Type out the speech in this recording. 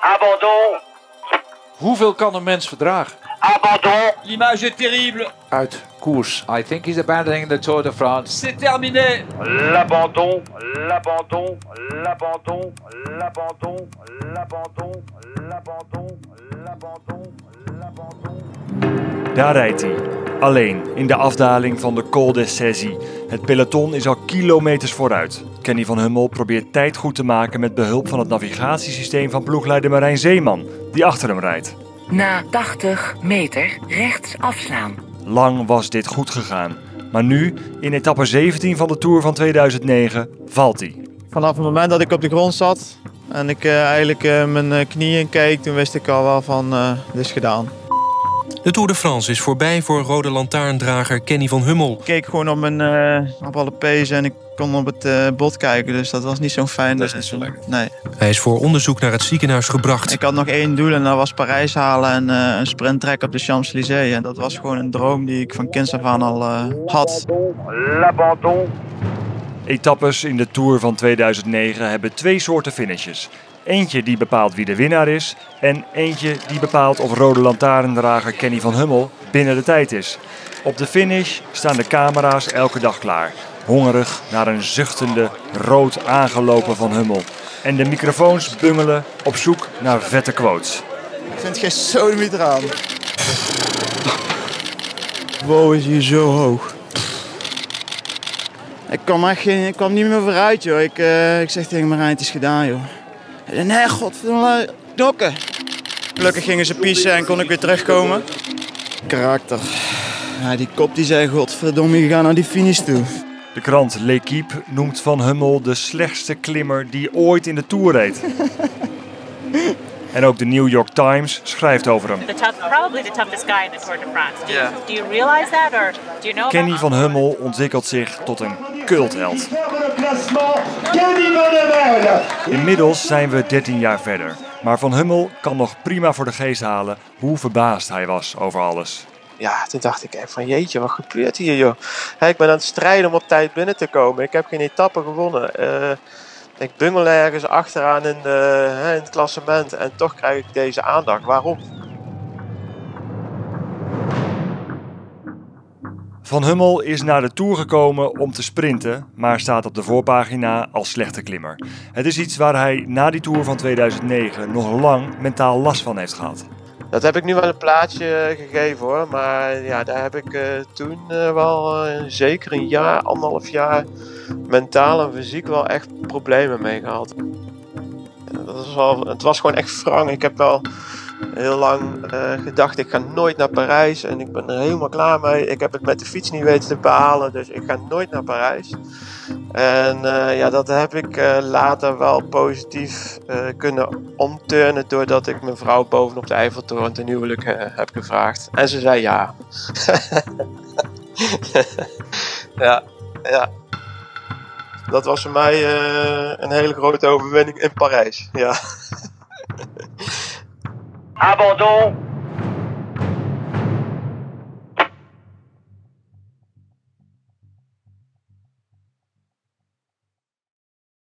Abandon. Hoeveel kan een mens verdragen? Abandon. L'image est terrible. Uit koers. I think he's abandoning the Tour de France. C'est terminé. L'abandon. L'abandon. L'abandon. L'abandon. L'abandon. L'abandon. L'abandon. L'abandon. Daar rijdt hij, alleen in de afdaling van de Col de Cézy. Het peloton is al kilometers vooruit. Kenny van Hummel probeert tijd goed te maken met behulp van het navigatiesysteem van ploegleider Marijn Zeeman, die achter hem rijdt. Na 80 meter rechts afslaan. Lang was dit goed gegaan, maar nu, in etappe 17 van de Tour van 2009, valt hij. Vanaf het moment dat ik op de grond zat en ik eigenlijk mijn knieën keek, toen wist ik al wel van, dit is gedaan. De Tour de France is voorbij voor rode lantaarndrager Kenny van Hummel. Ik keek gewoon op alle pezen en ik kon op het bot kijken, dus dat was niet zo'n fijn. Dat is niet zo lekker. Nee. Hij is voor onderzoek naar het ziekenhuis gebracht. Ik had nog één doel en dat was Parijs halen en een sprinttrek op de Champs-Élysées. En dat was gewoon een droom die ik van kinds af aan al had. L'abandon. Etappes in de Tour van 2009 hebben twee soorten finishes. Eentje die bepaalt wie de winnaar is en eentje die bepaalt of rode lantaarndrager Kenny van Hummel binnen de tijd is. Op de finish staan de camera's elke dag klaar. Hongerig naar een zuchtende, rood aangelopen Van Hummel. En de microfoons bungelen op zoek naar vette quotes. Ik vind geen sodemieter aan. Wow, is hier zo hoog. Ik kwam niet meer vooruit, joh. Ik zeg tegen Marijn, het is gedaan, joh. Hij zei, nee, godverdomme, knokken. Gelukkig gingen ze piezen en kon ik weer terugkomen. Karakter. Ja, die kop die zei, godverdomme, je gaat naar die finish toe. De krant L'Équipe noemt Van Hummel de slechtste klimmer die ooit in de Tour reed. En ook de New York Times schrijft over hem. Probably the toughest guy in the Tour de France. Do you realize that or do you know? Kenny van Hummel ontwikkelt zich tot een cultheld. Inmiddels zijn we 13 jaar verder. Maar Van Hummel kan nog prima voor de geest halen hoe verbaasd hij was over alles. Ja, toen dacht ik echt van jeetje, wat gebeurt hier joh. Ik ben aan het strijden om op tijd binnen te komen. Ik heb geen etappe gewonnen. Ik bungel ergens achteraan in het klassement en toch krijg ik deze aandacht. Waarom? Van Hummel is naar de Tour gekomen om te sprinten, maar staat op de voorpagina als slechte klimmer. Het is iets waar hij na die Tour van 2009 nog lang mentaal last van heeft gehad. Dat heb ik nu wel een plaatje gegeven hoor, maar ja, daar heb ik toen wel zeker een jaar, 1,5 jaar mentaal en fysiek wel echt problemen mee gehad. Het was gewoon echt wrang. Ik heb wel heel lang gedacht, ik ga nooit naar Parijs en ik ben er helemaal klaar mee. Ik heb het met de fiets niet weten te behalen, dus ik ga nooit naar Parijs. En dat heb ik later wel positief kunnen omturnen doordat ik mijn vrouw bovenop de Eiffeltoren ten huwelijk heb gevraagd. En ze zei ja. ja. Dat was voor mij een hele grote overwinning in Parijs. Ja. Abandon.